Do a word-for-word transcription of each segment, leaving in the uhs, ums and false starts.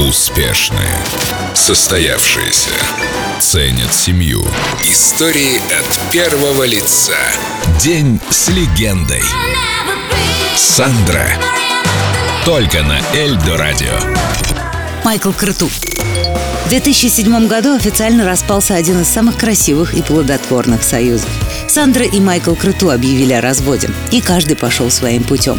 Успешные, состоявшиеся, ценят семью. Истории от первого лица. День с легендой. Сандра. Только на Эльдо Радио. Майкл Крыту. В две тысячи седьмом году официально распался один из самых красивых и плодотворных союзов. Сандра и Майкл Крыту объявили о разводе, и каждый пошел своим путем.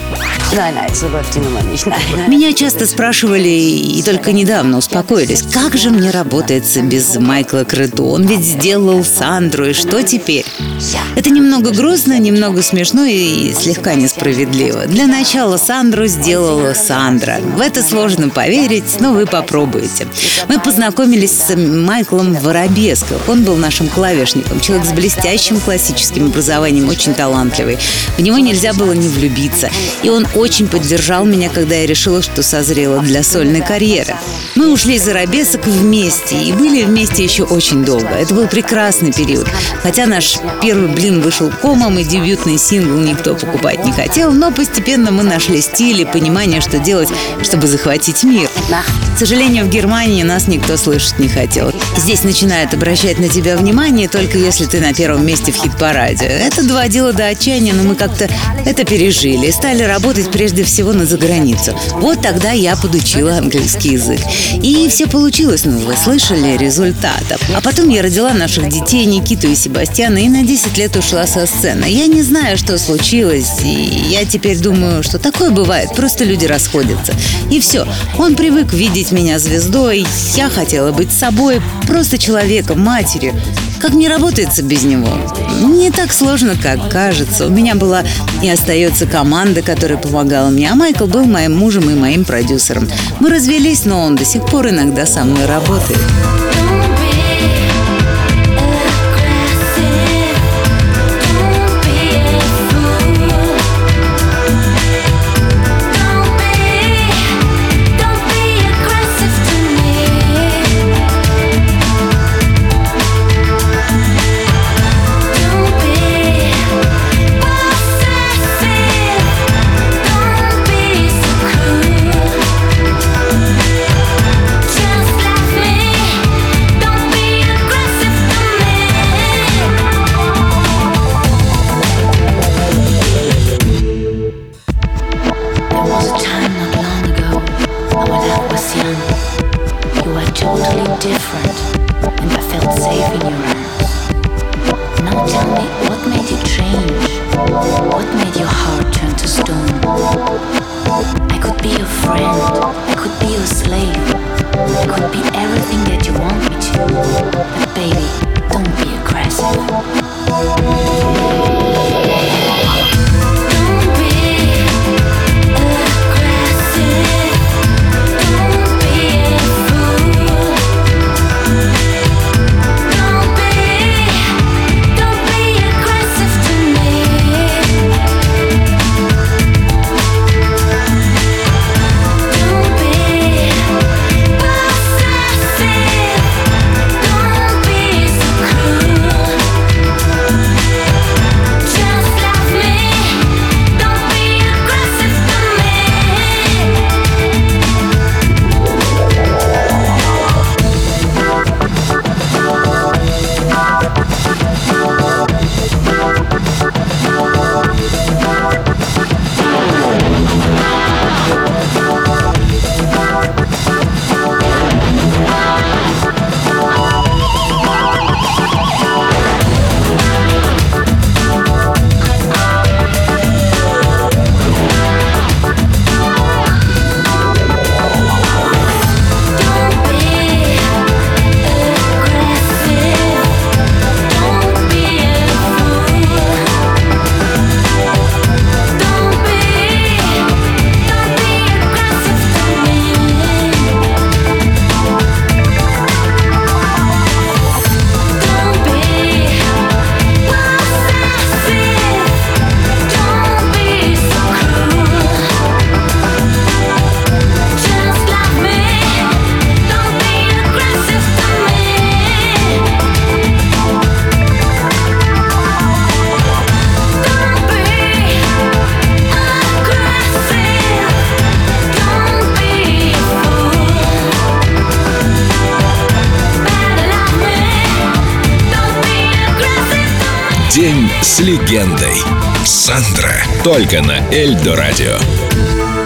Меня часто спрашивали, и только недавно успокоились, как же мне работается без Майкла Крыту? Он ведь сделал Сандру, и что теперь? Это немного грустно, немного смешно и слегка несправедливо. Для начала Сандру сделала Сандра. В это сложно поверить, но вы попробуйте. Мы познакомились с Майклом в Арабесках. Он был нашим клавишником, человек с блестящим классическим образованием, очень талантливый. В него нельзя было не влюбиться. И он очень поддержал меня, когда я решила, что созрела для сольной карьеры. Мы ушли из Арабесок вместе и были вместе еще очень долго. Это был прекрасный период. Хотя наш первый блин вышел комом, и дебютный сингл никто покупать не хотел, но постепенно мы нашли стиль и понимание, что делать, чтобы захватить мир. К сожалению, в Германии нас никто слышать не хотел. Здесь начинают обращать на тебя внимание, только если ты на первом месте в хит-параде. Это доводило до отчаяния, но мы как-то это пережили и стали работать прежде всего на заграницу. Вот тогда я подучила английский язык. И все получилось, ну, вы слышали результат. А потом я родила наших детей, Никиту и Себастьяна, и на десять лет ушла со сцены. Я не знаю, что случилось, и я теперь думаю, что такое бывает, просто люди расходятся. И все. Он привык видеть меня звездой, я хотела быть собой, просто человеком, матерью. Как мне работается без него? Не так сложно, как кажется. У меня была и остается команда, которая помогала мне, а Майкл был моим мужем и моим продюсером. Мы развелись, но он до сих пор иногда со мной работает. Totally different, and I felt safe in your arms. Now tell me, what made you change? What made your heart turn to stone? I could be your friend, I could be your slave, I could be everything that you want me to. But baby, don't be aggressive. Don't День с легендой. Сандра. Только на Эльдо радио.